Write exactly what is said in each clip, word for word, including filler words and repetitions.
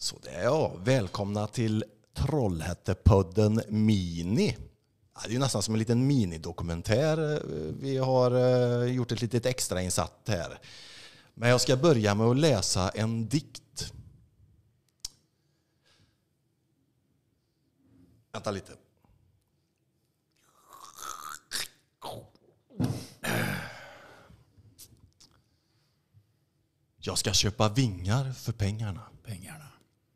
Så det är ja, välkomna till Trollhättepodden Mini. Ja, det är ju nästan som en liten minidokumentär. Vi har uh, gjort ett litet extra insatt här. Men jag ska börja med att läsa en dikt. Vänta lite. Jag ska köpa vingar för pengarna. Pengarna.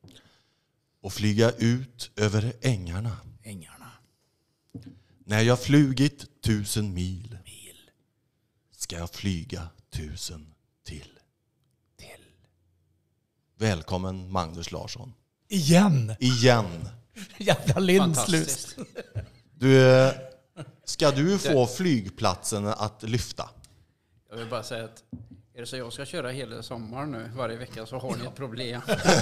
Och flyga ut över ängarna. Ängarna. När jag flugit tusen mil. Mil. Ska jag flyga tusen till. Till. Välkommen Magnus Larsson. Igen. Igen. Jävla linslust. Du, ska du få flygplatsen att lyfta? Jag vill bara säga att är det så jag ska köra hela sommaren nu varje vecka så har ni ett problem.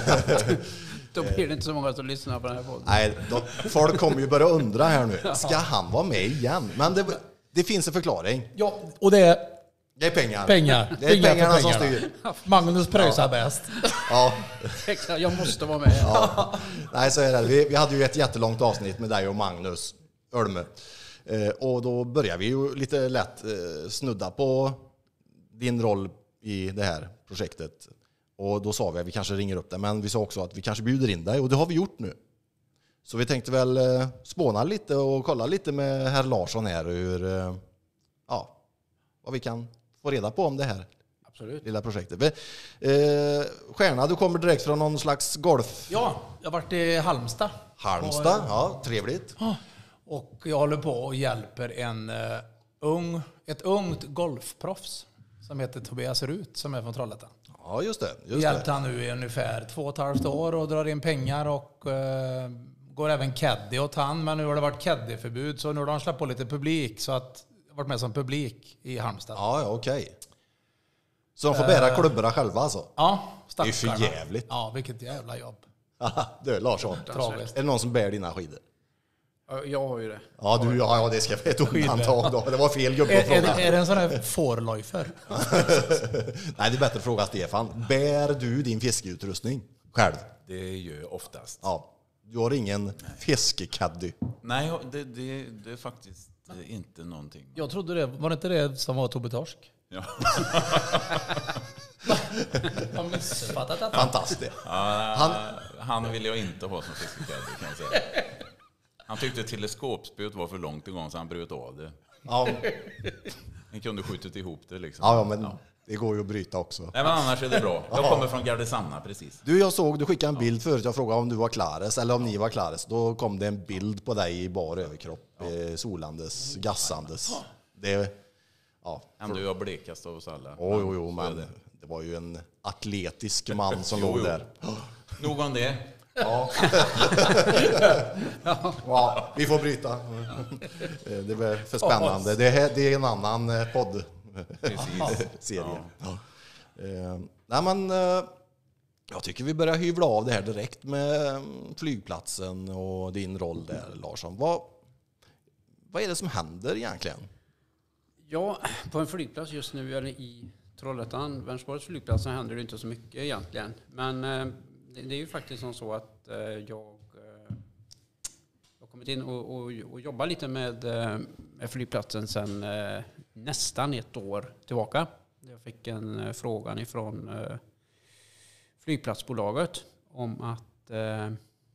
Då blir det inte så många som lyssnar på den här podden. Nej, då, folk kommer ju börja undra här nu. Ska han vara med igen? Men det, det finns en förklaring. Ja, och det är Det är pengar. pengar. Det är pengar pengarna för som pengarna. styr. Magnus pröjsar ja. bäst. Ja. Exakt, jag måste vara med. Ja. Nej, så är det. Vi, vi hade ju ett jättelångt avsnitt med dig och Magnus Ölme. Eh, och då börjar vi ju lite lätt eh, snudda på din roll i det här projektet. Och då sa vi att vi kanske ringer upp dig, men vi sa också att vi kanske bjuder in dig, och det har vi gjort nu. Så vi tänkte väl eh, spåna lite och kolla lite med herr Larsson här hur, eh, ja, vad vi kan få reda på om det här. Absolut. Lilla projektet. Eh, Stjärna, du kommer direkt från någon slags golf. Ja, jag har varit i Halmstad. Halmstad, ja, trevligt. Och jag håller på och hjälper en uh, ung, ett ungt golfproffs som heter Tobias Rut som är från Trollhättan. Ja, just det. Just jag hjälpte det. han nu i ungefär två och ett halvt år och drar in pengar och uh, går även caddy åt han. Men nu har det varit caddyförbud så nu har de släppt på lite publik så att jag har varit med som publik i Halmstad. Ja, ja, okej. Okay. Så de får bära uh, klubborna själva alltså? Ja, stackarna. Det är för jävligt. Ja, vilket jävla jobb. Du, Larsson. Tragiskt. Är det någon som bär dina skidor? Jag har ju det. Ja, du, ja, ja det ska vara ett undantag då. Det var fel gubbe att fråga. Är, är det en sån här fårlojfer? Nej, det är bättre att fråga Stefan. Bär du din fiskeutrustning själv? Det gör jag oftast. Ja. Du har ingen fiskekaddy? Nej, det, det, det är faktiskt inte någonting. Jag trodde det. Var det inte det som var Tobbe Torsk? Ja. Jag har missuppfattat det. Fantastiskt. Ja, han, han ville jag inte ha som fiskekaddy, kan jag säga. Han tyckte teleskopspjut var för långt igång så han bröt av det. Ja. Han kunde skjutit ihop det liksom. Ja, men ja. Det går ju att bryta också. Nej, men annars är det bra. Jag ja. kommer från Gardesanna precis. Du, jag såg, du skickade en bild förut. Jag frågade om du var Klares eller om ni var Klares. Då kom det en bild på dig i bar överkropp. Ja. Solandes, gassandes. Ja. Det, ja. Ändå är jag blekast av oss alla. Oh, jo, jo, men det. det var ju en atletisk man som jo, låg där. Nog om det. Ja. Ja, vi får bryta. Det blir för spännande. Det är, det är en annan podd. Serie. Ja. Ja. Nej, men jag tycker vi börjar hyvla av det här direkt med flygplatsen och din roll där, Larsson. Vad, vad är det som händer egentligen? Ja, på en flygplats just nu eller i Trollhättan, Vänersborgs flygplats, så händer det inte så mycket egentligen. Men det är ju faktiskt som så att jag har kommit in och, och, och jobbar lite med, med flygplatsen sedan nästan ett år tillbaka. Jag fick en frågan ifrån flygplatsbolaget om att eh,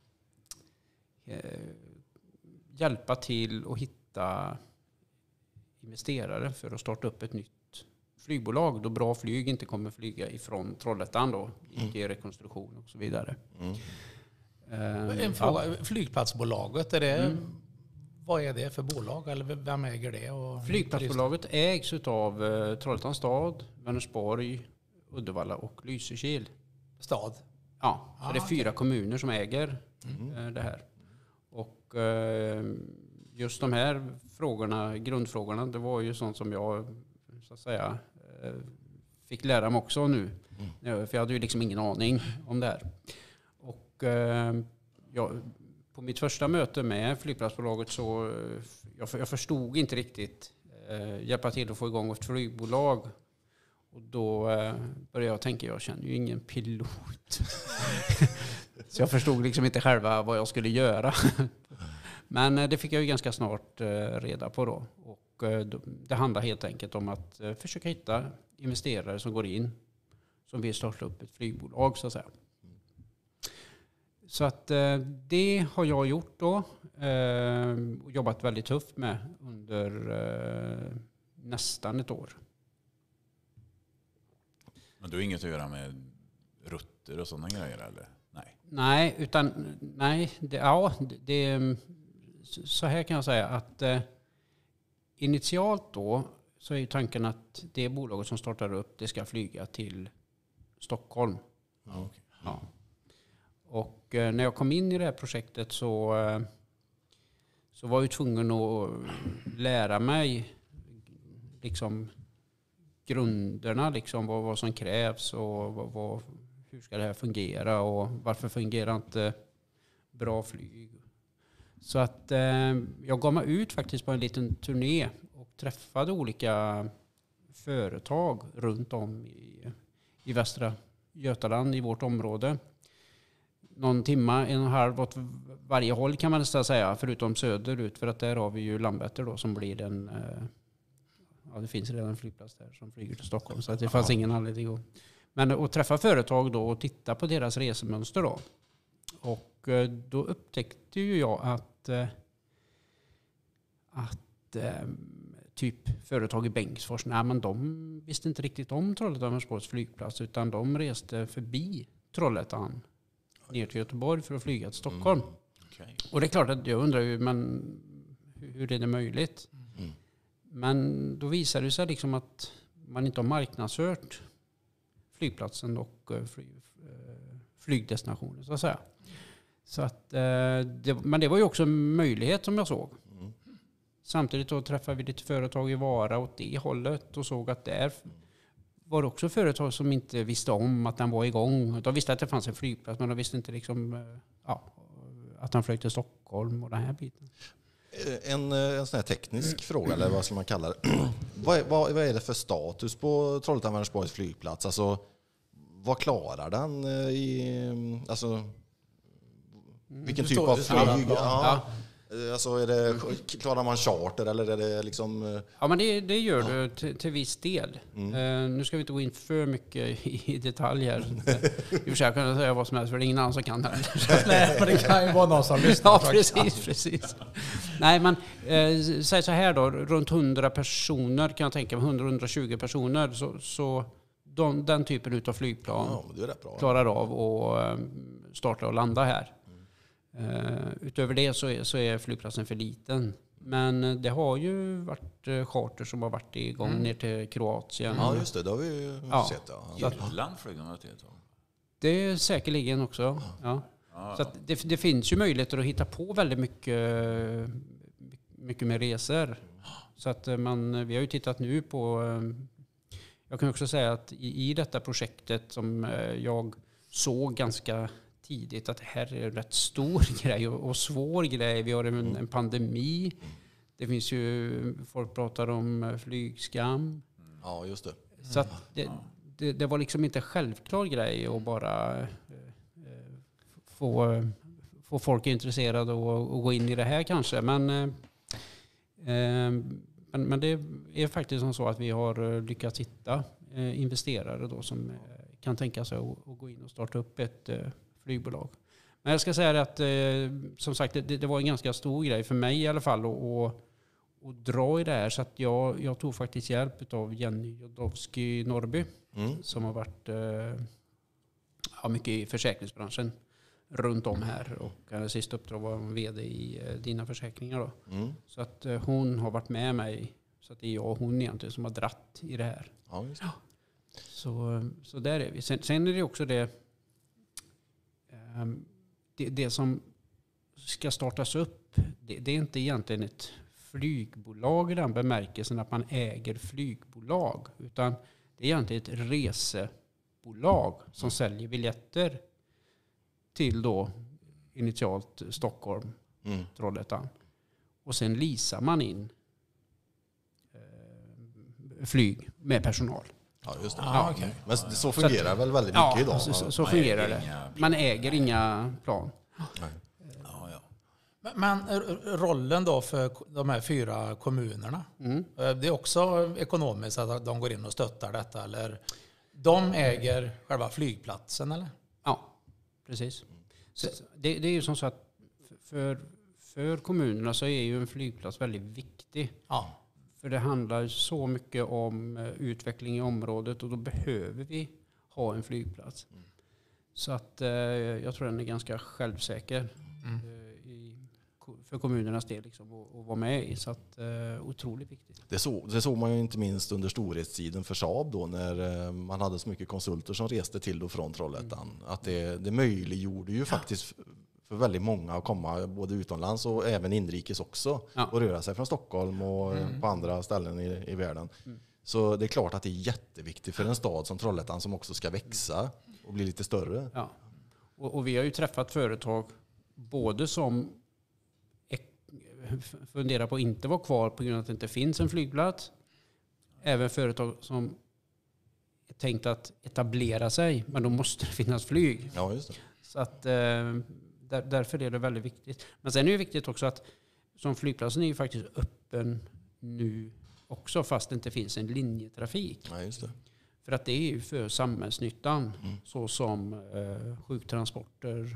hjälpa till att hitta investerare för att starta upp ett nytt flygbolag då Bra Flyg inte kommer flyga ifrån Trollhättan då, gick i rekonstruktion och så vidare. Mm. Uh, en fråga, ja. Flygplatsbolaget, är det, mm. vad är det för bolag eller vem äger det? Och Flygplatsbolaget ägs av uh, Trollhättans stad, Vänersborg, Uddevalla och Lysekil. Stad? Ja, så ah, det är fyra okay. kommuner som äger mm. uh, det här. Och uh, just de här frågorna, grundfrågorna, det var ju sånt som jag så att säga fick lära mig också nu. Mm. För jag hade ju liksom ingen aning om det här. Och eh, jag, på mitt första möte med flygplatsbolaget så jag, jag förstod inte riktigt eh, hjälpa till att få igång ett flygbolag. Och då eh, började jag tänka, jag känner ju ingen pilot. Så jag förstod liksom inte själva vad jag skulle göra. Men det fick jag ju ganska snart reda på då. Och det handlar helt enkelt om att försöka hitta investerare som går in, som vill starta upp ett flygbolag så att säga. Så att det har jag gjort då. Och jobbat väldigt tufft med under nästan ett år. Men du har inget att göra med rutter och sådana grejer eller? Nej. Nej, utan nej, det, ja, det, så här kan jag säga att eh, initialt då så är ju tanken att det bolaget som startar upp det ska flyga till Stockholm. Ja, okay. Ja. Och eh, när jag kom in i det här projektet så, eh, så var jag tvungen att lära mig liksom grunderna, liksom vad, vad som krävs och vad, vad, hur ska det här fungera och varför fungerar inte bra flyg. Så att eh, jag gav mig ut faktiskt på en liten turné och träffade olika företag runt om i, i Västra Götaland i vårt område. Någon timma, en och en halv åt varje håll kan man nästan säga, förutom söderut, för att där har vi ju Landvetter då som blir den eh, ja, det finns redan en flygplats där som flyger till Stockholm så att det fanns ingen anledning att... Men att träffa företag då och titta på deras resemönster då. Och då upptäckte ju jag att att typ företag i Bengtsfors, nej men de visste inte riktigt om Trollhättan-Vänersborgs flygplats utan de reste förbi Trollhättan ner till Göteborg för att flyga till Stockholm. Mm. Okay. Och det är klart att jag undrar ju, men hur är det möjligt? Mm. Men då visar det sig liksom att man inte har marknadsfört flygplatsen och flygdestinationen så att säga. Så att, det, men det var ju också en möjlighet som jag såg. Mm. Samtidigt då träffade vi lite företag i Vara åt det hållet och såg att där var det också företag som inte visste om att den var igång. De visste att det fanns en flygplats men de visste inte liksom, ja, att den flög till Stockholm och den här biten. En, en sån här teknisk fråga, eller vad ska man kalla det? vad, är, vad, vad är det för status på Trollhättan-Vänersborgs flygplats? Alltså, vad klarar den i... Alltså, vilken typ av flyg? Ja. Ja. Alltså, är det, klarar man charter eller är det liksom... Ja, men det, det gör ja. du till, till viss del. Mm. Uh, nu ska vi inte gå in för mycket i detalj här. I och för sig kan jag säga vad som helst för det är ingen annan som kan det. Nej, men det kan ju vara någon som lyssnar. Ja, precis, precis. Nej, men uh, säg så här då. Runt hundra personer kan jag tänka mig, hundra till hundratjugo personer. Så, så de, den typen av flygplan ja, det är rätt bra. klarar av att um, starta och landa här. Uh, utöver det så är, så är flygplatsen för liten. Men det har ju varit uh, charter som har varit igång mm. ner till Kroatien. Ja, just det. Det har vi ju ja. sett. Ja. Irland flög de till ett tag. Det är säkerligen också. Ja. Ja. Så att det, det finns ju möjligheter att hitta på väldigt mycket, mycket med resor. Så att man, vi har ju tittat nu på... Jag kan också säga att i, i detta projektet som jag såg ganska tidigt att det här är en rätt stor grej och, och svår grej. Vi har en, en pandemi. Det finns ju, folk pratar om flygskam. Ja, just det. Så att det, det, det var liksom inte en självklar grej att bara eh, få, få folk intresserade och, och gå in i det här kanske. Men, eh, men, men det är faktiskt som så att vi har lyckats hitta eh, investerare då som eh, kan tänka sig att, att gå in och starta upp ett eh, flygbolag. Men jag ska säga att eh, som sagt det, det var en ganska stor grej för mig i alla fall att, att, att dra i det här. Så att jag, jag tog faktiskt hjälp av Jenny Jodowski Norrby mm. som har varit eh, ja, mycket i försäkringsbranschen runt om här. Och hennes sista uppdrag var vd i eh, Dina Försäkringar. Då. Mm. Så att eh, hon har varit med mig. Så att det är jag och hon egentligen som har dratt i det här. Ja, just det. Ja. Så, så där är vi. Sen, sen är det också det Det, det som ska startas upp, det, det är inte egentligen ett flygbolag i den bemärkelsen att man äger flygbolag. Utan det är egentligen ett resebolag som säljer biljetter till då initialt Stockholm, mm. Trollhättan. Och sen leasar man in eh, flyg med personal. Ja, just det. Ja, okej. Men så fungerar väl väldigt mycket Ja, idag. så, så, så Man fungerar äger det. inga Man äger inga plan. Ja, ja. Men, men rollen då för de här fyra kommunerna, Mm. det är också ekonomiskt att de går in och stöttar detta, eller de äger själva flygplatsen, eller? Ja, precis. Så det, det är ju som så att för, för kommunerna så är ju en flygplats väldigt viktig. Ja. För det handlar så mycket om eh, utveckling i området och då behöver vi ha en flygplats. Mm. Så att eh, jag tror den är ganska självsäker Mm. eh, i, för kommunernas del liksom, att, att vara med i. Så att eh, otroligt viktigt. Det, så, det såg man ju inte minst under storhetstiden för Saab då, när eh, man hade så mycket konsulter som reste till och från Trollhättan. Mm. Att det, det möjliggjorde ju faktiskt för väldigt många att komma både utomlands och även inrikes också. Ja. Och röra sig från Stockholm och Mm. på andra ställen i, i världen. Mm. Så det är klart att det är jätteviktigt för en stad som Trollhättan som också ska växa och bli lite större. Ja. Och, och vi har ju träffat företag både som ek- funderar på att inte vara kvar på grund av att det inte finns en flygplats. Även företag som är tänkt att etablera sig, men då måste det finnas flyg. Ja, just det. Så att, eh, där, därför är det väldigt viktigt. Men sen är det viktigt också att som flygplatsen är ju faktiskt öppen nu också, fast det inte finns en linjetrafik. Ja, just det. För att det är ju för samhällsnyttan, Mm. så som eh, sjuktransporter.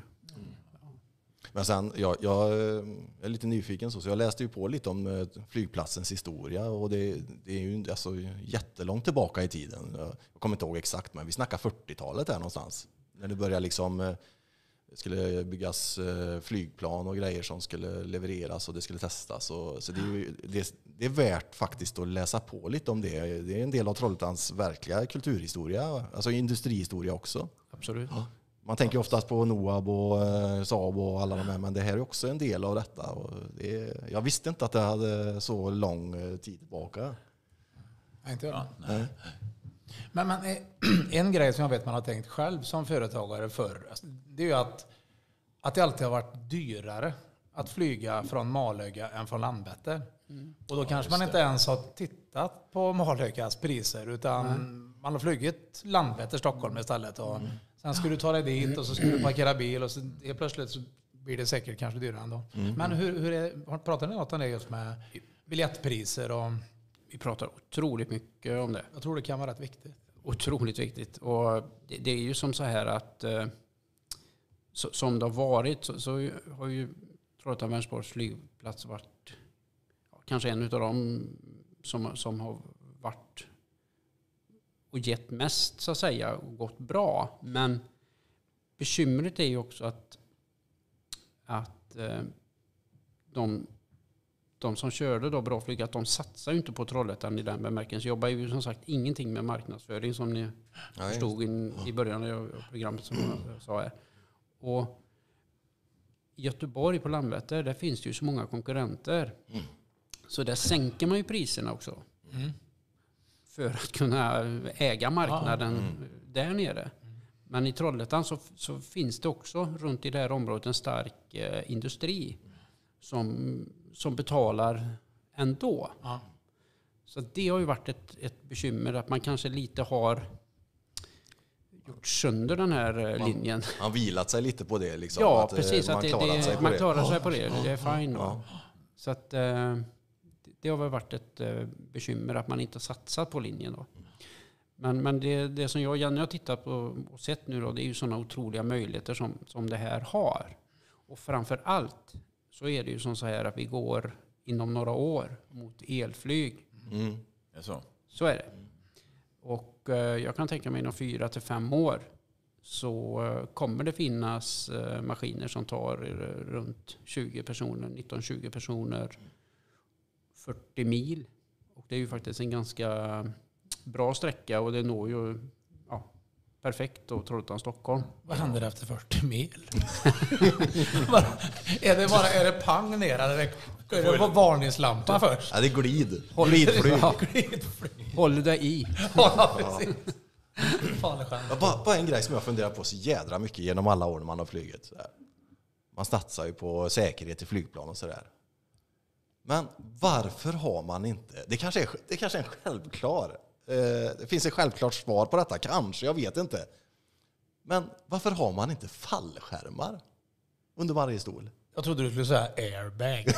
Men sen, jag, jag är lite nyfiken så, så jag läste ju på lite om eh, flygplatsens historia och det, det är ju alltså jättelångt tillbaka i tiden. Jag, jag kommer inte ihåg exakt, men vi snackar fyrtiotalet här någonstans. När det började liksom, eh, det skulle byggas eh, flygplan och grejer som skulle levereras och det skulle testas. Och, så det är, ju, det, det är värt faktiskt att läsa på lite om det. Det är en del av Trollhättans verkliga kulturhistoria, alltså industrihistoria också. Absolut. Ja. Man tänker oftast på Noab och eh, Saab och alla de här, men det här är också en del av detta. Och det är, jag visste inte att det hade så lång eh, tid tillbaka. Jag inte Ja, nej. Men, men eh, en grej som jag vet man har tänkt själv som företagare förr, alltså, det är ju att, att det alltid har varit dyrare att flyga från Malöga än från Landvetter. Mm. Och då kanske man inte ens har tittat på Malögas priser, utan Nej. man har flugit Landvetter Stockholm istället. Och sen ska du ta dig dit och så ska du parkera bil och så helt plötsligt så blir det säkert kanske dyrare ändå. Mm. Men hur, hur är, har- pratar ni något om det just med biljettpriser? Och Vi pratar otroligt mycket om det. jag tror det kan vara rätt viktigt. Otroligt viktigt. Och det, det är ju som så här att eh, så, som det har varit så, så har ju Trollhättan-Vänersborgs flygplats varit ja, kanske en av dem som, som har varit och gett mest så att säga och gått bra. Men bekymret är ju också att, att eh, de, de som körde då bra flyg, att de satsar ju inte på Trollhättan i den bemärkelsen. Jobbar ju som sagt ingenting med marknadsföring som ni Nej. förstod in, i början av programmet som jag sa här. Och i Göteborg på Landvetter, där finns det ju så många konkurrenter. Mm. Så där sänker man ju priserna också. Mm. För att kunna äga marknaden Mm. där nere. Men i Trollhättan så, så finns det också runt i det här området en stark eh, industri som, som betalar ändå. Ja. Så det har ju varit ett, ett bekymmer att man kanske lite har gjort sönder den här eh, Man- linjen. Han vilat sig lite på det. Liksom, Ja, att, eh, precis. man Att det, klarat det, sig på man det. klarar sig på det. Det är fine. Ja. Så att, eh, det har väl varit ett eh, bekymmer att man inte har satsat på linjen. Då. Men, men det, det som jag och Jenny har tittat på och sett nu då, det är ju sådana otroliga möjligheter som, som det här har. Och framför allt så är det ju som så här att vi går inom några år mot elflyg. Mm. Ja, så. Så är det. Och eh, jag kan tänka mig inom fyra till fem år så eh, kommer det finnas eh, maskiner som tar eh, runt tjugo personer, nitton tjugo personer, fyrtio mil. Och det är ju faktiskt en ganska bra sträcka och det når ju ja, perfekt då Trollhättan-Stockholm. Vad händer efter fyrtio mil? Bara- är det bara är det pang ner eller är det, är det varningslampa först? Ja, det är glid. Glidflyg. Ja, Glidflyg. håll dig i. Ja, precis. Fallskärm. Ja, bara, bara en grej som jag funderar på så jädra mycket genom alla år när man har flugit. Så här. Man satsar ju på säkerhet i flygplan och sådär. Men varför har man inte... Det kanske är, det kanske är en självklar det finns ett självklart svar på detta, kanske, jag vet inte. Men varför har man inte fallskärmar under varje stol? Jag trodde du skulle säga airbag.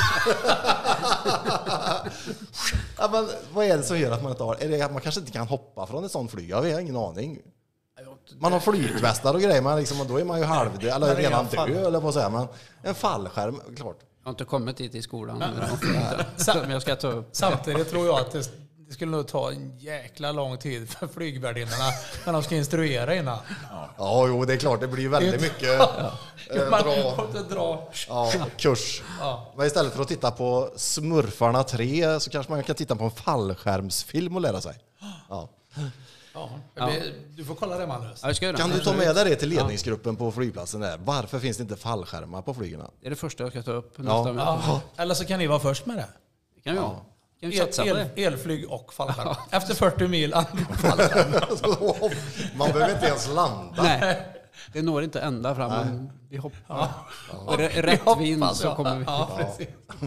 Ja, men vad är det som gör att man inte har? Är det att man kanske inte kan hoppa från ett sånt flyg? Jag har ingen aning. Man har flytvästar och grejer, men liksom, då är man ju halvdöd, eller redan död, eller vad säger man. En fallskärm, klart. Jag har inte kommit dit i skolan. Men, men jag ska ta upp. Samtidigt tror jag att det, det skulle nog ta en jäkla lång tid för flygvärdinnorna när de ska instruera innan. Ja, ja jo, det är klart, det blir väldigt mycket ja. äh, Man dra, måste dra. Ja, kurs. Ja. Men istället för att titta på Smurfarna tre så kanske man kan titta på en fallskärmsfilm och lära sig. Ja. Ja, ja. Du får kolla det, Magnus. Ja, kan du ta med dig det till ledningsgruppen på flygplatsen där? Varför finns det inte fallskärmar på flygerna? Det är det första jag ska ta upp. Ja. Ja. Eller så kan ni vara först med det. Det kan vi ja. Kan vi satsa El, på det? Elflyg och fallskärm. Efter fyrtio mil fallskärm. Man behöver inte ens landa. Nej, det når inte ända fram. Men vi hoppar. Ja. Ja. Rätt vi vind hoppas, så ja. kommer vi. Ja, precis.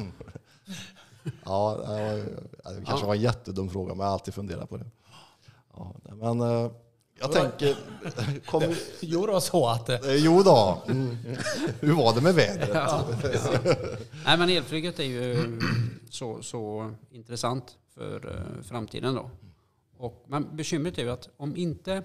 Ja, det kanske var en jättedum fråga, men jag har alltid funderat på det. Ja, men jag tänker... Kom... Jo då, så att det... Jo då. Mm. Hur var det med vädret? Ja, nej, men elflyget är ju så, så intressant för framtiden då. Och, men bekymret är ju att om inte,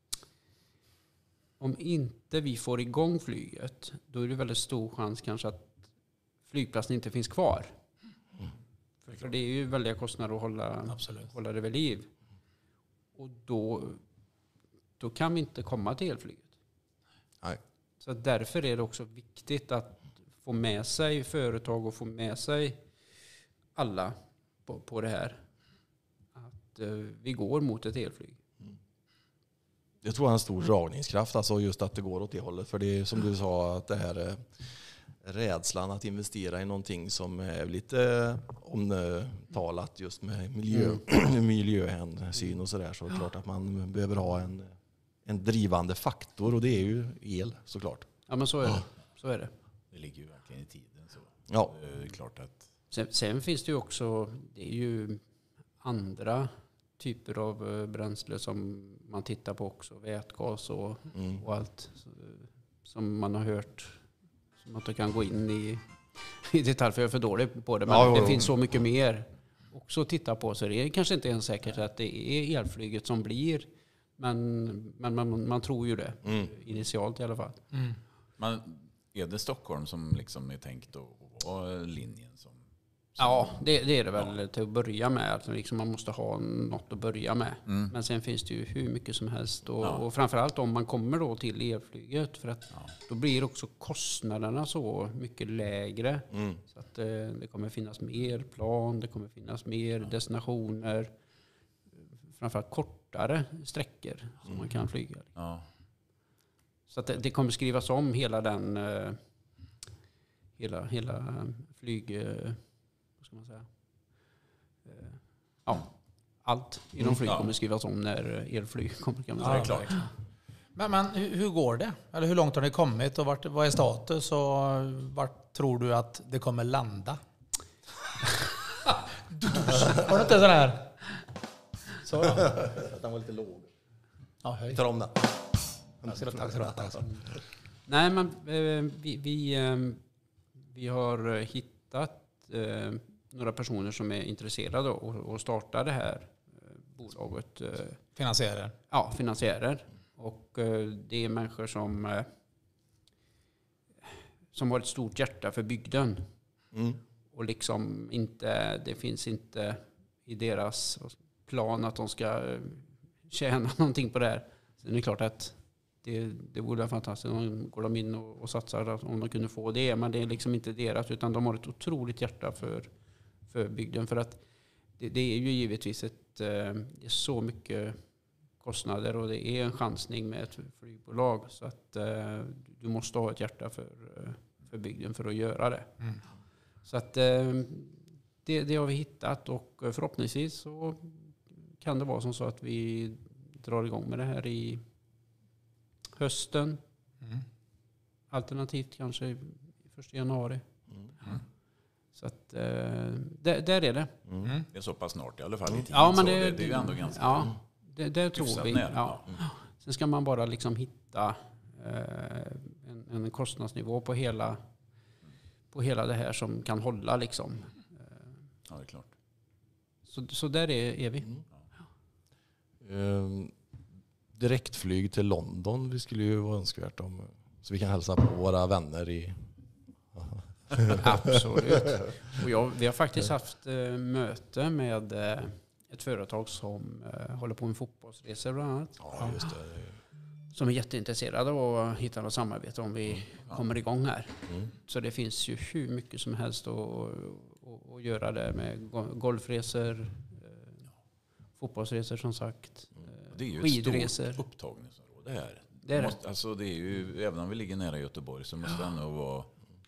om inte vi får igång flyget, då är det väldigt stor chans kanske att flygplatsen inte finns kvar. Mm. För det är ju väldiga kostnader att hålla, hålla det vid liv. Och då, då kan vi inte komma till elflyget. Nej. Så därför är det också viktigt att få med sig företag och få med sig alla på, på det här. Att uh, vi går mot ett elflyg. Mm. Jag tror det är en stor dragningskraft, alltså just att det går åt det hållet. För det är som du sa, att det här är rädslan att investera i någonting som är lite omtalat just med miljö, mm. miljöhänsyn och sådär. Så är det klart att man behöver ha en, en drivande faktor, och det är ju el såklart. Ja, men så är det. Så är det. Det ligger ju verkligen i tiden. Så. Ja. Det är klart att... sen, sen finns det ju också, det är ju andra typer av bränsle som man tittar på också. Vätgas och, mm. och allt som man har hört. Som att jag kan gå in i, i detalj, för jag är för dålig på det. Men ja, det ja. finns så mycket mer också att titta på. Så det är kanske inte ens säkert att det är elflyget som blir. Men, men man, man tror ju det. Mm. Initialt i alla fall. Mm. Men är det Stockholm som liksom är tänkt att vara linjen som... som ja, det, det är det väl ja. till att börja med. Alltså liksom man måste ha något att börja med. Mm. Men sen finns det ju hur mycket som helst. Och, ja. och framförallt om man kommer då till elflyget. För att ja. då blir också kostnaderna så mycket lägre. Mm. Så att det, det kommer finnas mer plan. Det kommer finnas mer ja. destinationer. Framförallt kortare sträckor som mm. man kan flyga. Ja. Så att det, det kommer skrivas om hela den... Uh, hela, hela flyg... Uh, ska man säga. Ja, allt inom flyg kommer skrivas om när elflyg kommer, kan man säga. Ja, klart. Men, men hur går det? Eller hur långt har ni kommit och vart, vad är status och vart tror du att det kommer landa? Har du inte sån här? Så då. Den var lite låg. Ja, höj. Tar om den. Tack så mycket. Tack så mycket. Nej, men vi, vi, vi har hittat Eh, några personer som är intresserade och, och starta det här eh, bolaget. Eh, finansiärer? Ja, finansiärer. Och eh, det är människor som eh, som har ett stort hjärta för bygden. Mm. Och liksom inte, det finns inte i deras plan att de ska tjäna någonting på det här. Sen är det klart att Det, det vore fantastiskt om går de in och, och satsar om de kunde få det. Men det är liksom inte deras, utan de har ett otroligt hjärta för, för bygden. För att det, det är ju givetvis ett, det är så mycket kostnader och det är en chansning med ett flygbolag. Så att du måste ha ett hjärta för, för bygden för att göra det. Mm. Så att det, det har vi hittat, och förhoppningsvis så kan det vara som så att vi drar igång med det här i hösten. Mm. Alternativt kanske i första januari. Mm. Så att, eh, där, där är det. Mm. Det är så pass snart i alla fall i tid. Ja, men det, det, det, det är ju ändå ganska... Ja, det, det tror vi. nära, Ja. ja. Sen ska man bara liksom hitta eh, en, en kostnadsnivå på hela, på hela det här som kan hålla. Liksom. Ja, det är klart. Så, så där är, är vi. Mm. Um, direktflyg till London, det skulle ju vara önskvärt om, så vi kan hälsa på våra vänner i... Absolut. Och jag, vi har faktiskt haft eh, möte med eh, ett företag som eh, håller på med fotbollsresor bland annat. Ja, just det. Som är jätteintresserade av att hitta något samarbete om vi kommer igång här. Mm. Så det finns ju hur mycket som helst att, att, att göra där med golfresor, eh, fotbollsresor som sagt, Det är ju skidresor. ett stort upptagningsområde här. Det är det. Måste, alltså det är ju, även om vi ligger nära Göteborg så måste det ändå vara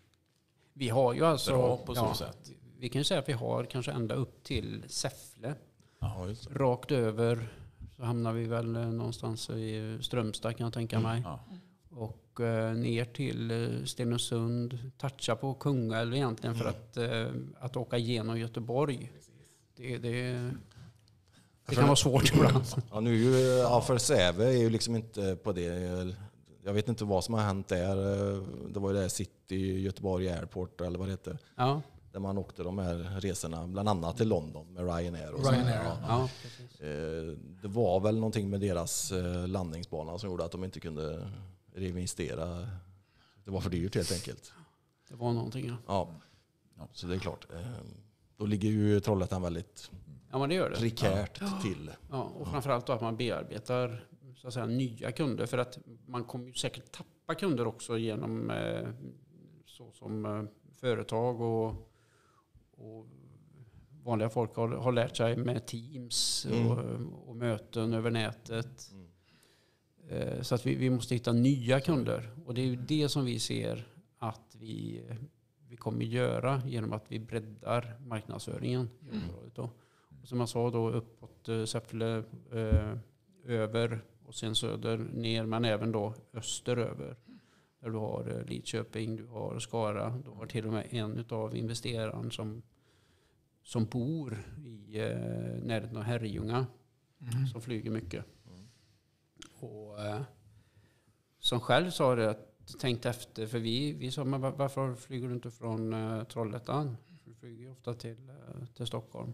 Vi har ju alltså, bra på så ja, sätt. vi kan ju säga att vi har kanske ända upp till Säffle. Ja, just det. Rakt över så hamnar vi väl någonstans i Strömstad kan jag tänka mig. Ja. Och eh, ner till eh, Stenungsund, toucha på Kungälv egentligen för att, eh, att åka igenom Göteborg. Det, det, det kan vara svårt ibland. Ja, nu är ju, ja, för Säve är ju liksom inte på det. Jag vet inte vad som har hänt där. Det var ju det City, Göteborg Airport eller vad det heter. Ja, Där man åkte de här resorna, bland annat till London med Ryanair. Och Ryanair, så. ja, precis. Eh, Det var väl någonting med deras eh, landningsbana som gjorde att de inte kunde reinvestera. Det var för dyrt helt enkelt. Det var någonting. Ja, Ja, ja, så det är klart. Eh, Då ligger ju Trollhättan väldigt ja men det gör det. prekärt till. Ja, och framförallt då att man bearbetar så att säga, nya kunder. För att man kommer ju säkert tappa kunder också genom eh, så som eh, företag och, och vanliga folk har, har lärt sig med Teams Mm. och, och möten över nätet. Mm. Eh, så att vi, vi måste hitta nya kunder. Och det är ju det som vi ser att vi, vi kommer göra genom att vi breddar marknadsföringen i området då. Och som jag sa då uppåt eh, Säffle, eh, över och sen söder ner, men även då österöver. Där du har eh, Lidköping, du har Skara, du har till och med en av investerarna som, som bor i eh, närheten av Herrljunga som flyger mycket. Och eh, som själv sa det att tänkt efter, för vi, vi sa men varför flyger du inte från eh, Trollhättan? För du flyger ju ofta till, eh, till Stockholm.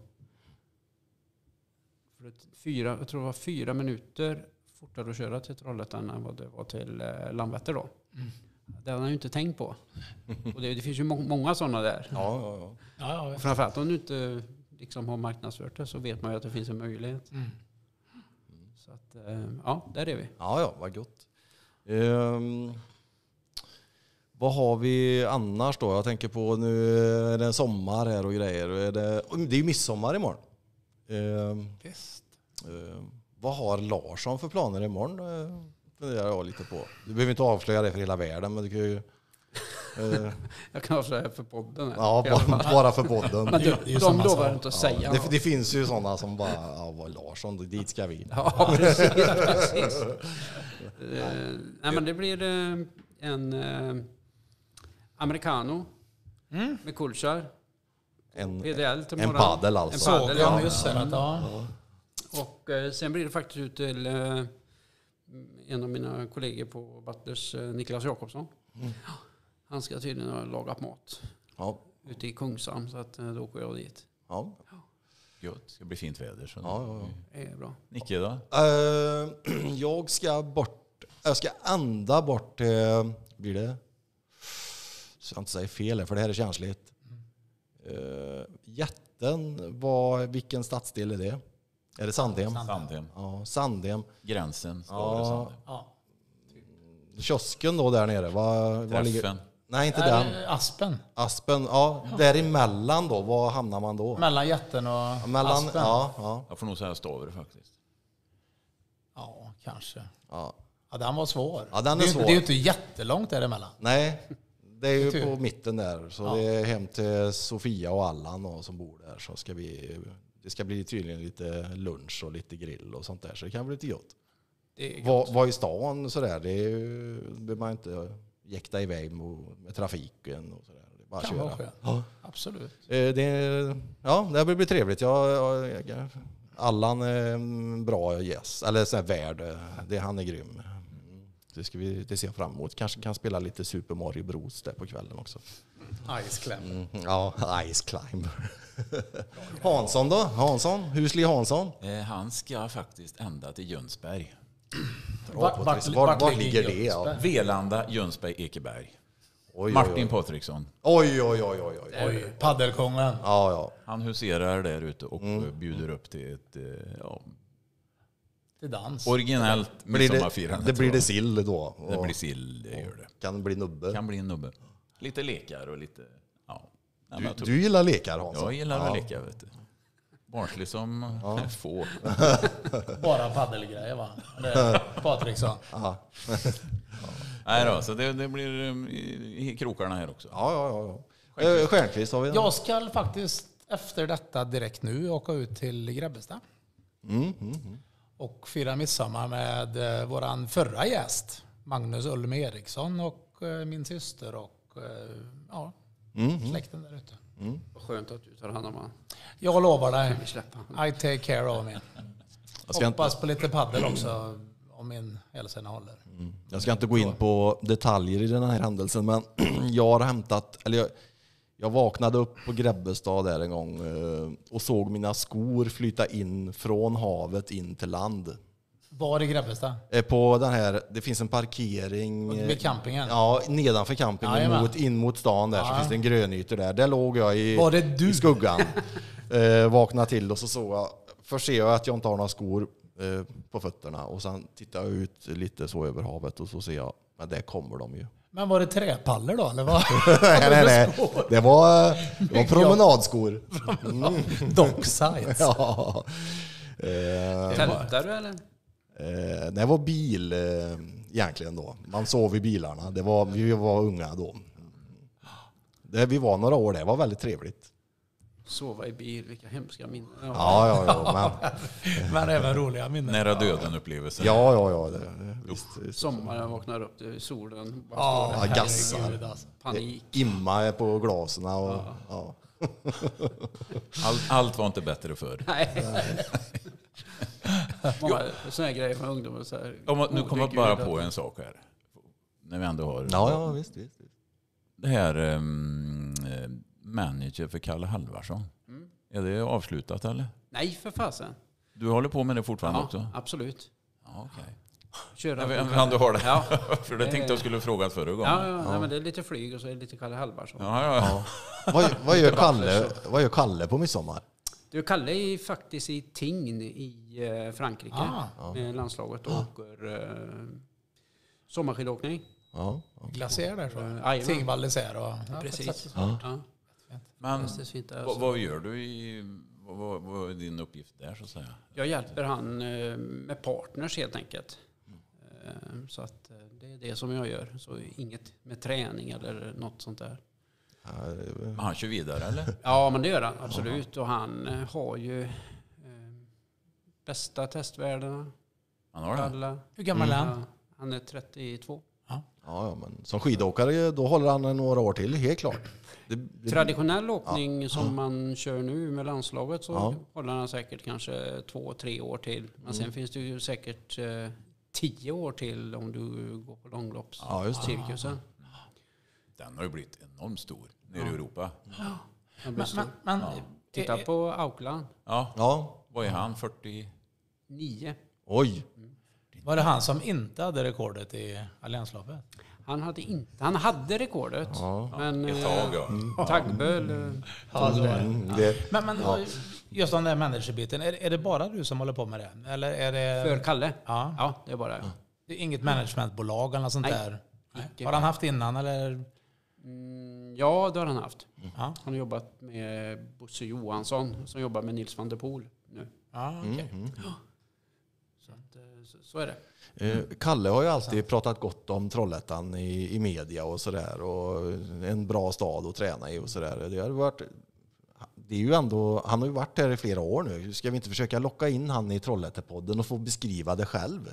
För ett, fyra, jag tror det var fyra minuter fortare att köra till Trollhättan än vad det var till eh, Landvetter då. Mm. Det hade han ju inte tänkt på. Och det, det finns ju må, många sådana där. Ja, ja, ja. Ja, ja. Framförallt om du inte liksom har marknadsfört det så vet man ju att det finns en möjlighet. Mm. Så att, eh, ja, där är vi. Ja, ja, vad gott. Ehm, vad har vi annars då? Jag tänker på nu är det sommar här och grejer. Är det, det är ju midsommar imorgon. Ehm, Visst. ehm, vad har Larsson för planer imorgon? Eh, funderar jag lite på. Du behöver inte avslöja det för hela världen, men du kan ju... eh, Jag kan avslöja för podden. Här. ja, bara, bara för podden. Men Det är de, ju de samma lovar sak. inte att Ja, säga. det, det finns ju sådana som bara, ja, vad Larsson, dit ska vi. Ja, precis. precis. Eh, nej, men det blir eh, en eh, americano Mm. med kulchar. En, P D L till en morgon. paddel alltså. En Såg paddel, jag ja. just det. Att, ja. Och eh, sen blir det faktiskt ut till eh, en av mina kollegor på Butlers, eh, Niklas Jakobsson. Mm. Han ska tydligen ha lagat mat Ja, ute i Kungshamn, så att, eh, då åker jag dit. ja, Gött, det ska bli fint väder. Så ja, ja, ja. Det är bra. Nicke då? Eh, jag ska bort, jag ska ända bort till, blir det? Så jag inte säger fel här, för det här är känsligt. Uh, Jätten, var, vilken stadsdel är det? Är det Sandhem? Sandhem. Ja, Sandhem. Gränsen står Ja. det Sandhem. Ja. Kiosken då där nere, var, var ligger? Träffen. Nej, inte Nej, den. Aspen. Aspen, ja, däremellan då, var hamnar man då? Mellan jätten och Mellan, Aspen. ja, ja, Jag får nog säga Stavre faktiskt. Ja, kanske. ja. Ja, den var svår. Ja, den är det, är- svår. det är ju inte jättelångt däremellan. Nej, det är ju Tur. på mitten där. Så Ja. det är hem till Sofia och Allan och, som bor där. Så ska vi, det ska bli tydligen lite lunch och lite grill och sånt där. Så det kan bli lite gott. Det är Var, var i stan sådär, det är ju- behöver man inte jäkta iväg med, med trafiken och sådär. Det är bara Kan köra. vara skönt. Ja. Absolut. Eh, Det, ja, det blir trevligt. Jag, jag, jag, Allan är en bra gäst, eller så här värd. Det, han är grym. Det ska vi det ser jag fram emot. Kanske kan spela lite Super Mario Bros där på kvällen också. Ice Climber. Mm, ja, Ice Climber. Hansson då? Hansson? Husli Hansson? Eh, han ska faktiskt ända till Jönsberg. Vart- vart- Var, vart var ligger ligger det? Ja? Jönsberg? Velanda, Jönsberg, Ekeberg. Oj, Martin oj, oj. Patriksson. Oj, oj, oj, oj, oj. Oj, paddelkongen. Ja, ja. Han huserar där ute och bjuder upp till ett eh, ja, Till dans. originellt Blir det, midsommarfirande. det blir tror det jag. sill då? Det Och blir sill, det gör det. kan det bli nubbe? Kan bli en nubbe. Lite lekar och lite... Ja. Nej, men Du, jag tror- du gillar lekar, Hansson? jag gillar att ja. leka, vet du. Barnslig som få. Bara paddelgrejer va? Det är Patriksson. Aha. Nej då, så det, det blir um, i, i krokarna här också. Ja, ja, ja. ja. Eh, Stjärnqvist har vi. Jag ska faktiskt efter detta direkt nu åka ut till Grebbestad. Mm, mm, mm. Och fira midsommar med eh, våran förra gäst, Magnus Ulm Eriksson och eh, min syster och eh, ja, Mm, släkten där ute. Vad skönt att du tar hand om honom. Jag lovar dig, Vi släpper. I take care of me. Jag, ska inte, Hoppas på lite paddel också om min hälsa håller. jag ska inte gå in på detaljer i den här händelsen, men jag har hämtat, eller jag, jag vaknade upp på Grebbestad där en gång eh, och såg mina skor flyta in från havet in till land. Var i Grebbestad? Eh, På den här, det finns en parkering eh, Vid campingen? ja, nedanför campingen Jajamän. mot, in mot stan där, så Ja. finns det en grönytor där. Där låg jag i, Var det du? i skuggan. eh, vaknade till och så såg jag, först ser jag att jag inte har några skor eh, på fötterna och sen tittar jag ut lite så över havet och så ser jag, men där kommer de ju. Men var det träpallor då? Eller vad? nej, nej, nej. Det var, det var promenadskor. Docksites. Ja. Eh, Tältar du eller? Eh, det var bil eh, egentligen då. Man sov i bilarna. Det var, vi var unga då. Det, vi var några år, det var väldigt trevligt. Sova i bil, vilka hemska minnen. Ja, ja, ja. Men, Men även roliga minnen. Nära döden-upplevelse. ja, ja, ja. Det, visst, visst. Sommaren vaknar upp till solen. Bara Ja, står där. Ja, gassar. herregud, alltså. Panik. Imma är på glasen och ja. Allt, allt var inte bättre förr. Nej. Många sådana här grejer med ungdomar. Så här, Om, nu kommer jag gode bara gud, på att- en sak här. När vi ändå har Ja, ja, visst, visst. visst. det här um, manager för Kalle Halvarsson. Mm. Är det avslutat eller? Nej, för fasen. Du håller på med det fortfarande Ja, också? absolut. Ja, okej. Köra Jag vet på inte om du har det. Ja, För det tänkte jag skulle frågat förra gången. ja, ja, nej, men det är lite flyg och så är det lite Kalle Halvarsson. Ja, ja, ja. Vad, vad, gör Kalle, vad gör Kalle på midsommar? Du, Kalle är faktiskt i Tignes i eh, Frankrike Ah. med landslaget och åker eh, sommarskidåkning. Ja, ja. Glaciär där så. Eh, Jajamän. Tingvall dessert och... Ja, Precis. Ja. Ja. Men Fantastiskt fint där, vad, alltså. vad gör du i... Vad, vad, vad är din uppgift där så att säga? Jag hjälper han eh, med partners helt enkelt. Eh, Så att eh, det är det som jag gör. Så inget med träning eller något sånt där. Men han kör vidare eller? Ja, men det gör han absolut. Och han eh, har ju eh, bästa testvärdena. Han har det? Alla. Hur gammal är han? Ja, han är trettiotvå. Ja, ja, men som skidåkare då håller han några år till, helt klart. Det, det, Traditionell åkning som man kör nu med landslaget så Ja. håller han säkert kanske två, tre år till. Men sen finns det ju säkert eh, tio år till om du går på långloppscirkusen. Den har ju blivit enormt stor nere i Europa. Den blir Men, stor. men, men, Titta eh, på Aukland. Ja, ja, vad är han? fyrtio? Nio. oj. var det han som inte hade rekordet i Alliansloppet? Han hade inte, han hade rekordet. Ja. Men Ett tag ja. Taggböl. eh, Mm, det, Men, men just den där managerbiten, är, är det bara du som håller på med det? Eller är det... För Kalle? Ja. Ja, det är bara Det är inget managementbolag eller något sånt Nej. där? Icke. Har han haft innan eller? Mm, ja, det har han haft. Ja, Han har jobbat med Bosse Johansson som jobbar med Nils van der Poel nu. ja okej. mm. Så, att, eh, så, så är det. Eh, Kalle har ju alltid pratat gott om Trollhättan i, i media och sådär. Och en bra stad att träna i och sådär. Det har varit, det är ju ändå, han har ju varit här i flera år nu. Ska vi inte försöka locka in han i Trollhättepodden och få beskriva det själv?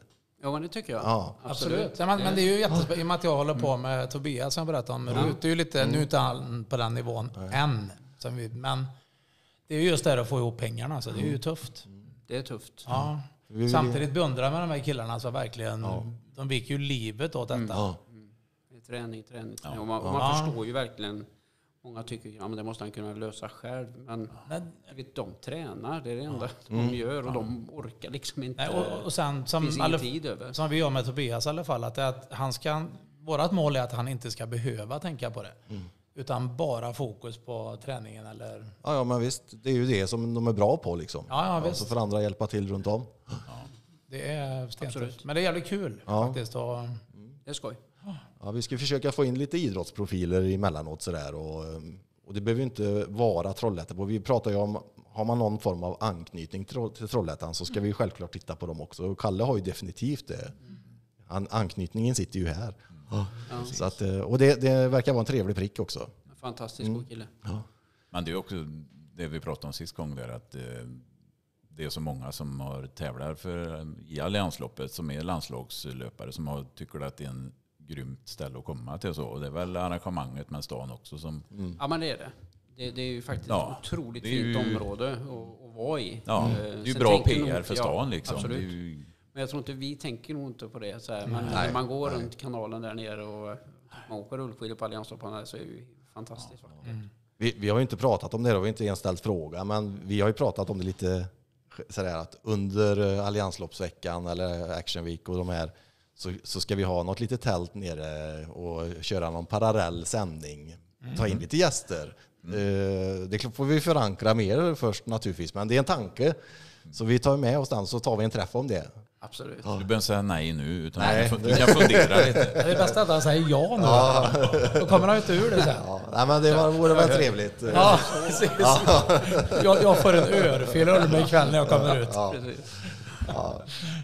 Ja, men det tycker jag. Ja. Absolut. Ja, men, men det är ju jättespännande. I och med att jag håller på med Tobias som jag berättade om. Rut det är ju lite, mm. nu är inte han på den nivån än. Som vi, men det är ju just det att få ihop pengarna. Så det är ju tufft. Det är tufft. Ja. Samtidigt beundrar man de här killarna så verkligen, ja. de viker ju livet åt detta. Mm. Ja. Mm. Träning, träning, träning. Och man, och man ja. förstår ju verkligen. Många tycker ja, men det måste han kunna lösa själv. Men jag vet, de tränar, det är det enda mm. de gör. Och ja. de orkar liksom inte. Nej, och, och sen, som, alla, tid över. Som vi gör med Tobias i alla fall. Att, att han ska, vårat mål är att han inte ska behöva tänka på det. Mm. Utan bara fokus på träningen. Eller... Ja, ja, men visst. Det är ju det som de är bra på. Liksom. Ja, ja, visst. Så för andra hjälpa till runt om. Ja. Det är stentufft. Men det är jävligt kul ja. faktiskt. Och... Mm. Det är skoj. Ja, vi ska försöka få in lite idrottsprofiler emellanåt sådär och, och det behöver ju inte vara Trollhättan. Vi pratar ju om, har man någon form av anknytning till, till Trollhättan så ska vi självklart titta på dem också. Och Kalle har ju definitivt det. Han, anknytningen sitter ju här. Ja. Ja. Så att, och det, det verkar vara en trevlig prick också. Fantastisk mm. kille. Ja. Men det är också det vi pratade om sist gång där att det är så många som har tävlar för, i alliansloppet som är landslagslöpare som har, tycker att det är en grymt ställe att komma till så. Och det är väl arrangemanget med stan också som... Mm. Ja, men det är det. Det, det är ju faktiskt ja, ett otroligt fint ju... område att, att vara i. Ja, det är ju bra P R för stan ja, liksom. Absolut. Ju... Men jag tror inte vi tänker nog inte på det. Så här. Men när man går nej. runt kanalen där nere och man åker rullskidor på allianslopparna så är det ju fantastiskt. Ja. Mm. Vi, vi har ju inte pratat om det, vi har inte ens ställt fråga, men vi har ju pratat om det lite sådär att under alliansloppsveckan eller Action Week och de här Så, så ska vi ha något litet tält nere och köra någon parallell sändning. Mm. Ta in lite gäster. Mm. Uh, det får vi förankra mer först naturligtvis. Men det är en tanke. Så vi tar med oss den så tar vi en träff om det. Absolut. Ja. Du behöver säga nej nu. Utan nej. Du kan fundera lite. Det är bäst att han säger ja nu. Ja. Då kommer han inte ur det sen. Ja. Nej, men det var, vore väl trevligt. Ja, precis. Ja. Jag, jag får en örfil under ikväll när jag kommer ut. Ja. Precis. Ja.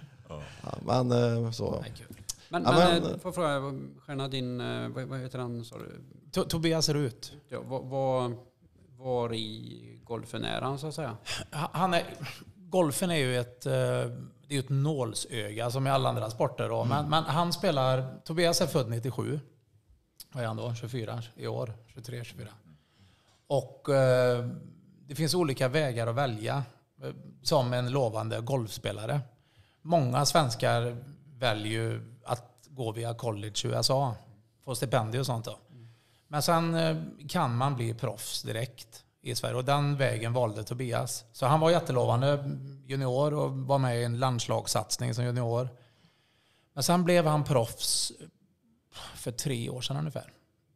Ja, men så... Men, ja, men, men får fråga, Stjärna, din, vad, vad heter han, sa du? Tobias Rut. Ja, var, var, var i golfen är han så att säga? Han är, golfen är ju ett, det är ett nålsöga som i alla andra sporter. Då. Men, mm. men han spelar, Tobias är född nittiosju. Vad är han då? tjugofyra i år? tjugotre, tjugofyra. Och eh, det finns olika vägar att välja som en lovande golfspelare. Många svenskar väljer att gå via college i U S A. Få stipendier och sånt då. Men sen kan man bli proffs direkt i Sverige. Och den vägen valde Tobias. Så han var jättelovande junior och var med i en landslagssatsning som junior. Men sen blev han proffs för tre år sedan ungefär.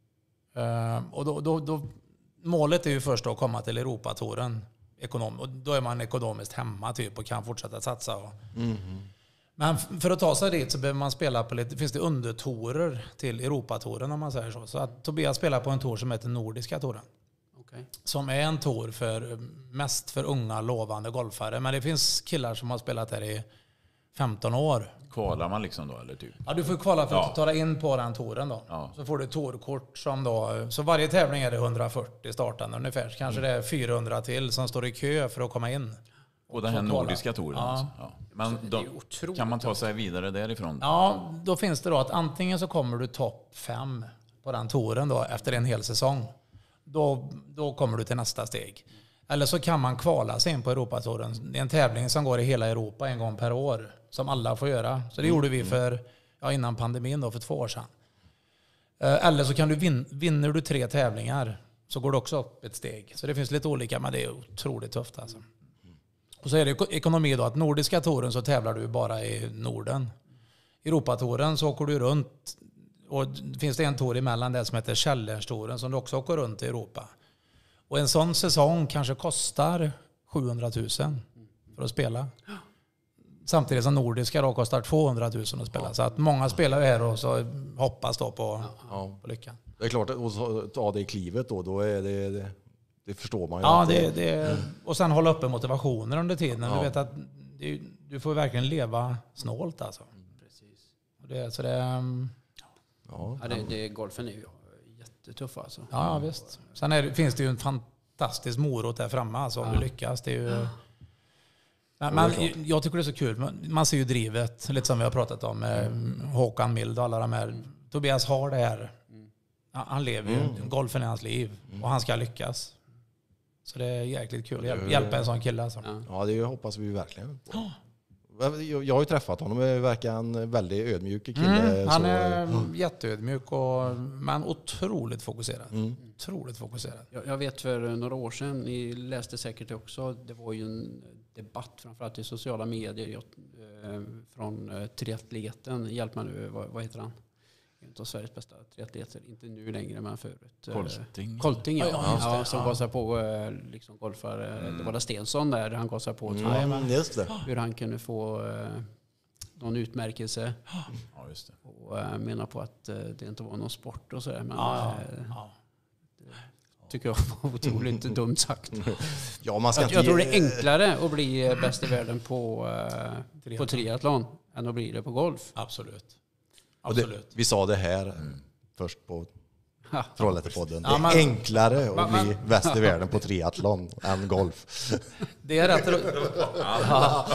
Och då, då, då, målet är ju först att komma till Europatouren. Ekonom, och då är man ekonomiskt hemma typ och kan fortsätta satsa. Mm. Men för att ta sig dit så behöver man spela på lite, finns det undertorer till Europatouren om man säger så. Så att Tobias spelar på en tour som heter Nordiska touren. Okay. Som är en tour för mest för unga lovande golfare. Men det finns killar som har spelat här i femton år. Kvalar man liksom då eller typ? Ja, du får kvala för ja. att ta dig in på den touren då. Ja. Så får du tourkort som då, så varje tävling är det hundrafyrtio startande ungefär. Så kanske mm. det är fyrahundra till som står i kö för att komma in. Och den här nordiska touren ja. alltså. Ja. Men då, kan man ta sig vidare därifrån? Ja, då finns det då att antingen så kommer du topp fem på den touren då efter en hel säsong. Då, då kommer du till nästa steg. Eller så kan man kvala sig in på Europatouren. Det är en tävling som går i hela Europa en gång per år. Som alla får göra. Så det mm. gjorde vi för, ja, innan pandemin då, för två år sedan. Eller så kan du vin, vinner du tre tävlingar så går du också upp ett steg. Så det finns lite olika, men det är otroligt tufft alltså. Och så är det ekonomi då att nordiska touren så tävlar du bara i Norden. Europatouren så åker du runt och det finns det en tour emellan där som heter Challenge-touren som du också åker runt i Europa. Och en sån säsong kanske kostar sjuhundratusen för att spela. Samtidigt som nordiska då kostar tvåhundratusen att spela. Så att många spelar här och så hoppas då på, ja. på lyckan. Det är klart att ta det i klivet då, då är det... det... Det förstår man ju. Ja, det, det, och sen hålla uppe motivationen under tiden. Ja. Du vet att det, du får verkligen leva snålt alltså. Precis. Och det, så det, ja. Ja, det, det, golfen är ju jättetuff alltså. Ja, visst. Sen är det, finns det ju en fantastisk morot där framme alltså, om ja. du lyckas. Det är ju, Men, men jag tycker det är så kul. Man ser ju drivet, lite som vi har pratat om med Håkan Mild och alla de här. Tobias har det här. Han lever ju. Mm. Golfen är hans liv. Och han ska lyckas. Så det är jäkligt kul. Hjälp, hjälpa en sån kille. Alltså. Ja, det hoppas vi verkligen. Oh. Jag har ju träffat honom. Det verkar en väldigt ödmjuk kille. Mm, han så, är ja. jätteödmjuk och, men otroligt fokuserad. Mm. Otroligt fokuserad. Jag, jag vet för några år sedan, ni läste säkert också, det var ju en debatt framförallt i sociala medier jag, eh, från eh, triatleten. Hjälp mig nu, vad, vad heter han? En av Sveriges bästa triatleter, inte nu längre men förut. Kolting. Kolting, ja. ja, ja, det, som ja. gasade på liksom golfare. Mm. Det var där Stensson där, han gasade på. Mm, ja, men just det. Hur han kunde få eh, någon utmärkelse. Ja, just det. Och eh, menar på att eh, det inte var någon sport och sådär. Men ja, eh, ja. det tycker jag var otroligt dumt sagt. Ja, man ska jag, inte... jag tror det är enklare att bli bäst i världen på, eh, på triathlon än att bli det på golf. Absolut. Det, vi sa det här mm. först på Trollhättepodden. Ja, det är enklare att man, bli bäst i världen på triathlon än golf. Det är rätt. Ja.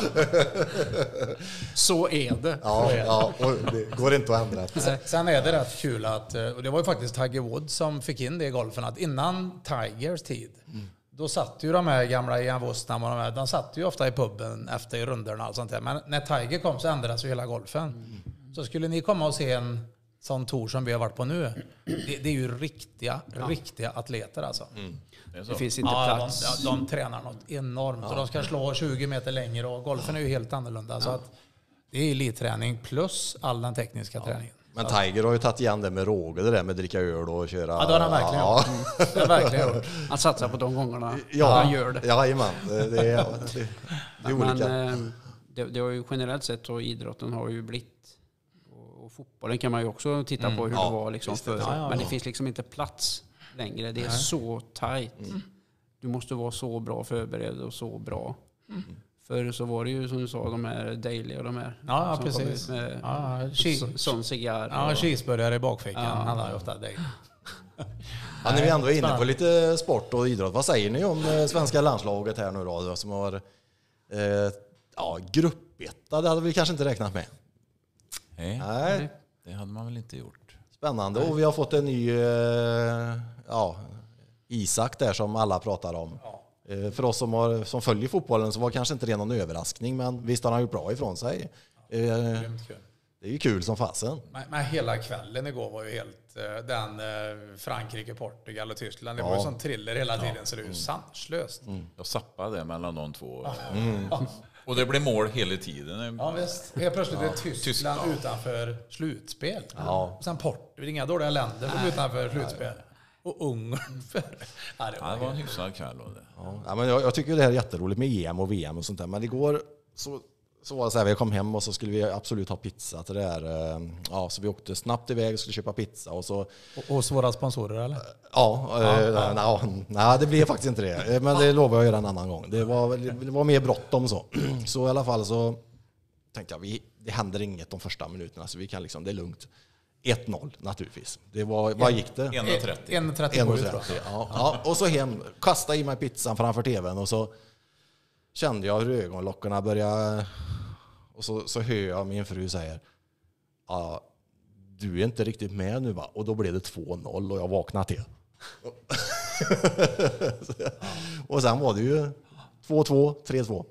Så är det. Ja, ja, och det går inte att ändra. Sen är det rätt kul att, och det var ju faktiskt Tiger Woods som fick in det i golfen, att innan Tigers tid, mm. då satt ju de här gamla Ian Woosnam och de här, de satt ju ofta i puben efter rundorna och allt sånt där. Men när Tiger kom så ändrades ju hela golfen. Mm. Så skulle ni komma och se en sån tour som vi har varit på nu, det, det är ju riktiga, ja. riktiga atleter alltså. Mm. Det, det finns inte ja, plats. De, de, de tränar något enormt ja. och de ska slå tjugo meter längre och golfen är ju helt annorlunda. Ja. Så att det är elitträning plus all den tekniska ja. träningen. Men Tiger har ju tagit igen det med råge, det där med dricka öl och köra. Ja, det har han verkligen ja. gjort. Det har verkligen gjort. Han satsar på de gångerna ja. han gör det. Ja, jajamän. Det, det, är, det, det är olika. Men, det, det har ju generellt sett så idrotten har ju blivit, och fotbollen kan man ju också titta mm. på hur ja, det var liksom förr. Ja, ja, men det ja. finns liksom inte plats längre. Det är Nej. så tajt. Mm. Du måste vara så bra förberedd och så bra. Mm. För så var det ju som du sa, de här daily och de här. Ja, ja precis. Med ja, sån cigarr. Ja, cheeseburgare i bakfickan. Ja. Han har ju ofta daily. Ja, när vi ändå är inne på lite sport och idrott, vad säger ni om svenska landslaget här nu då? Som har eh, ja, gruppetta, det hade vi kanske inte räknat med. Nej, Nej, det hade man väl inte gjort. Spännande. Nej. Och vi har fått en ny eh, ja, Isak där som alla pratar om. Ja. Eh, för oss som, har, som följer fotbollen så var kanske inte det någon överraskning, men visst har han gjort bra ifrån sig. Eh, det är ju kul som fasen. Men, men hela kvällen igår var ju helt eh, den eh, Frankrike, Portugal och Tyskland. Det ja. var ju sån thriller hela tiden ja. så det är ju mm. sanslöst. Mm. Jag zappade mellan de två. Mm. Och det blev mål hela tiden. Ja visst. Helt plötsligt ja. är Tyskland, Tyskland utanför slutspel. Ja. Och sen Portugal, inga dåliga länder som utanför slutspel. Och Ungern för. Ja, det var, ja, det var en hyfsad kväll. Ja. Ja, men jag, jag tycker det här är jätteroligt med E M och V M och sånt där. Men igår så, så var det så här, vi kom hem och så skulle vi absolut ha pizza till det där. Ja, så vi åkte snabbt iväg och skulle köpa pizza. Och, så, och, och svåra sponsorer eller? Ja, ja, äh, ja. Nej, nej, det blev faktiskt inte det. Men det lovar jag att göra en annan gång. Det var, det var mer bråttom så. Så i alla fall så tänkte jag, vi, det händer inget de första minuterna så vi kan liksom, det är lugnt. ett noll naturligtvis. Det var, vad gick det? ett trettio. ett trettio. Ja, ja. Och så hem, kasta i mig pizzan framför tvn och så kände jag hur ögonlockarna började och så, så hör jag min fru säger ja, du är inte riktigt med nu va? Och då blev det två noll och jag vaknade till. Och sen var det ju två två, tre två.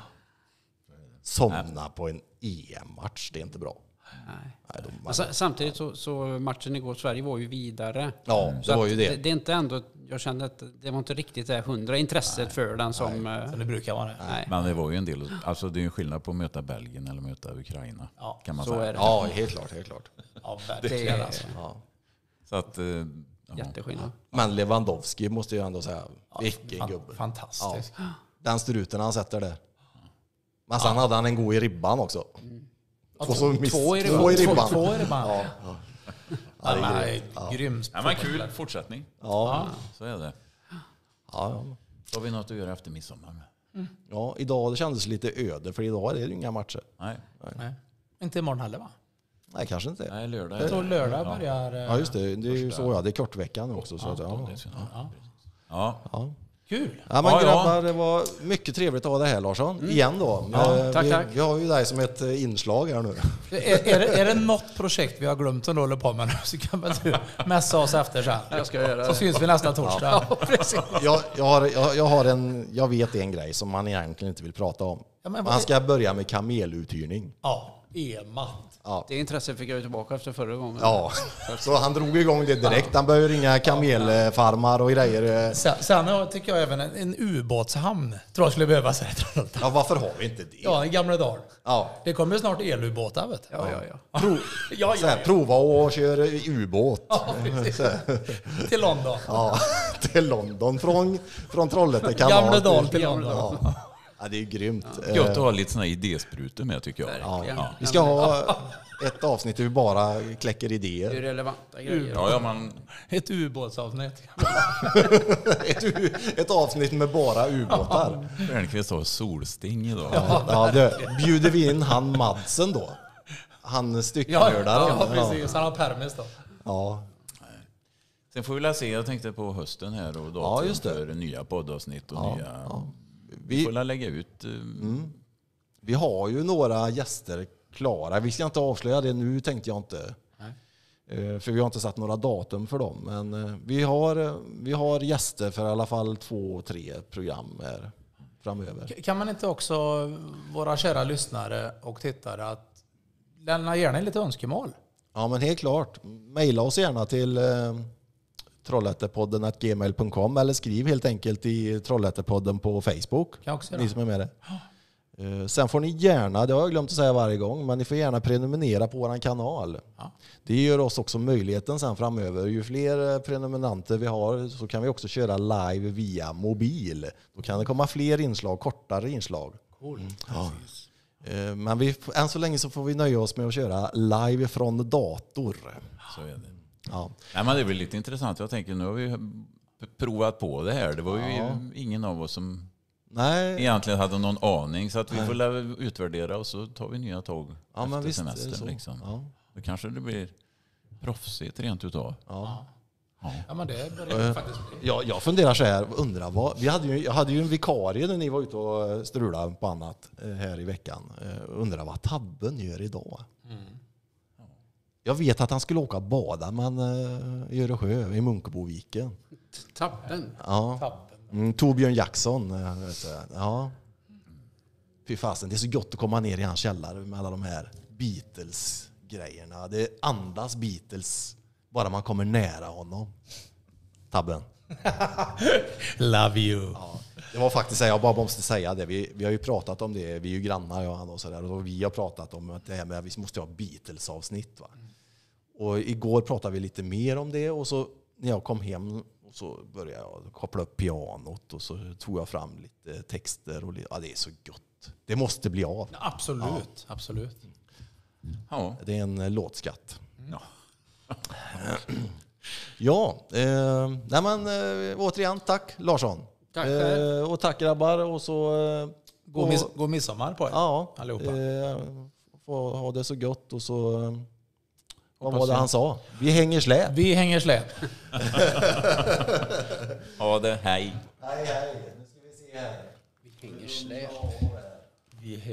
Somna på en E M-match, det är inte bra. Nej. Nej, de, alltså, samtidigt så, så matchen igår, Sverige var ju vidare. Ja, det så var ju det. det. Det är inte ändå, jag kände att det var inte riktigt det hundra intresset nej, för den som, nej, som det brukar vara. Nej. Men det var ju en del, alltså det är ju en skillnad på att möta Belgien eller möta Ukraina. Ja, kan man så säga. är det. Ja, helt klart, helt klart. Ja, verkligen alltså. Ja. Så att, ja. Jätteskillnad. Men Lewandowski måste ju ändå säga, ja, vilken fan, gubbe. Fantastisk. Ja. Den struten han sätter där. Men sen ja. hade han en god i ribban också. Mm. Och så miss, två i ribban. Två i ribban. Två i ribban. Ja. Ja. Ja, det är ja. grymt. Ja, men kul fortsättning. Ja, så är det. Ja. Då har vi något att göra efter midsommar. Mm. Ja, idag det kändes lite öde för idag är det inga matcher. Nej. Nej. Nej. Inte imorgon heller va? Nej, kanske inte. Nej, lördag. Jag tror lördag börjar. Ja, just det. Det är ju så ja, det är kortveckan också så ja, att, ja. Ja. Ja. Ja. Kul. Ja, men Ja, ja. grabbar, det var mycket trevligt att ha det här, Larsson. Mm. Igen då. Ja, Eh, tack, vi, tack. vi har ju dig som ett eh, inslag här nu. Är, är, det, är det något projekt vi har glömt att hålla på med nu så kan väl du mässa oss efter sen. Jag ska göra Så det. syns vi nästa torsdag. Ja, precis. Jag, jag, har, jag, jag, har en, jag vet en grej som man egentligen inte vill prata om. Ja, men vad- Man ska börja med kameluthyrning. Ja, Ema. Ja. Det intresset fick jag ju tillbaka efter förra gången. Ja, så han drog igång det direkt. Han började ringa kamelfarmar och grejer. Sen, sen har- tycker jag även en, en ubåtshamn tror jag skulle behövas här i Trollhättan. Ja, varför har vi inte det? Ja, i Gamla Dal. Ja. Det kommer snart elubåtar, vet du. Ja, ja, ja. Prov, Ja, så här, prova och köra ubåt. Ja, precis. Till London. Ja, till London från, från Trollhätte kanal. Gamla Dal till London. Ja. Ja, det är ju grymt. Gött att ha lite såna idésprutor med tycker jag. Verkligen. Ja. Vi ska ha ett avsnitt där vi bara kläcker Det är idéer. relevanta grejer. Ja, ja, man, Ett ubåtsavsnitt. Ett, u- ett avsnitt med bara ubåtar. Bernqvist har solsting idag. Ja, det, bjuder vi in han Madsen då? Han Ja, styckmördaren. ja, precis. Han har permis då. Ja. Sen får vi väl se, jag tänkte på hösten här och datum just det. för nya poddavsnitt och Ja, nya... ja. Vi Vi, får väl lägga ut... eh, vi har ju några gäster klara. Vi ska inte avslöja det nu, tänkte jag inte. Eh, För vi har inte satt några datum för dem. Men eh, vi har, eh, vi har gäster för i alla fall två, tre program här framöver. K- Kan man inte också, våra kära lyssnare och tittare, att lämna gärna lite önskemål? Ja, men helt klart. Maila oss gärna till eh, trollhättepodden at gmail punkt com eller skriv helt enkelt i Trollhättepodden på Facebook. Kan jag också göra. Ni som är med det. Eh, Sen får ni gärna, det har jag glömt att säga varje gång, men ni får gärna prenumerera på vår kanal. Ja. Det ger oss också möjligheten sen framöver. Ju fler eh, prenumeranter vi har så kan vi också köra live via mobil. Då kan det komma fler inslag, kortare inslag. Cool. Ja. Eh, Men vi, än så länge så får vi nöja oss med att köra live från dator. Så är det. Ja. Nej, men det är väl lite intressant. Jag tänker, nu har vi provat på det här. Det var ju Ja. ingen av oss som Nej, egentligen hade någon aning. Så att vi får lä- utvärdera och så tar vi nya tag ja, efter men visst är det semestern. så. Liksom. Ja. Då kanske det blir proffsigt rent utav. Ja. Ja, men det börjar faktiskt bli. Jag, jag funderar så här, undrar vad, vi hade ju, jag hade ju en vikarie när ni var ute och strulade på annat eh, här i veckan. Eh, Undrar vad Tabben gör idag. Jag vet att han skulle åka och bada, men eh, i Öresjö, i Munkeboviken. Tappen. Ja. Tappen. Mm, Torbjörn Jackson. eh, vet du. Ja. Fy fasen, det är så gott att komma ner i hans källare med alla de här Beatles-grejerna. Det andas Beatles bara man kommer nära honom. Tabben. Love you. Ja, det var faktiskt, jag bara måste säga det, vi, vi har ju pratat om det, vi är ju grannar jag och han och sådär, och vi har pratat om att det här med att vi måste ha Beatles-avsnitt. Va? Och igår pratade vi lite mer om det och så när jag kom hem och så började jag koppla upp pianot och så tog jag fram lite texter och ja, det är så gott. Det måste bli av. Absolut, absolut. Ja. Det är en låtskatt. Ja. Ja, eh, nej men eh, återigen tack Larsson. Tack själv. eh, och tack grabbar och så eh, God, miss, god midsommar på er. ja, allihopa. eh, få ha det så gott och så eh, vad Hoppas var det jag. han sa? Vi hänger släp. Vi hänger släp. Ha det, hej. Hej hej, nu ska vi se här. Vi hänger släp. Vi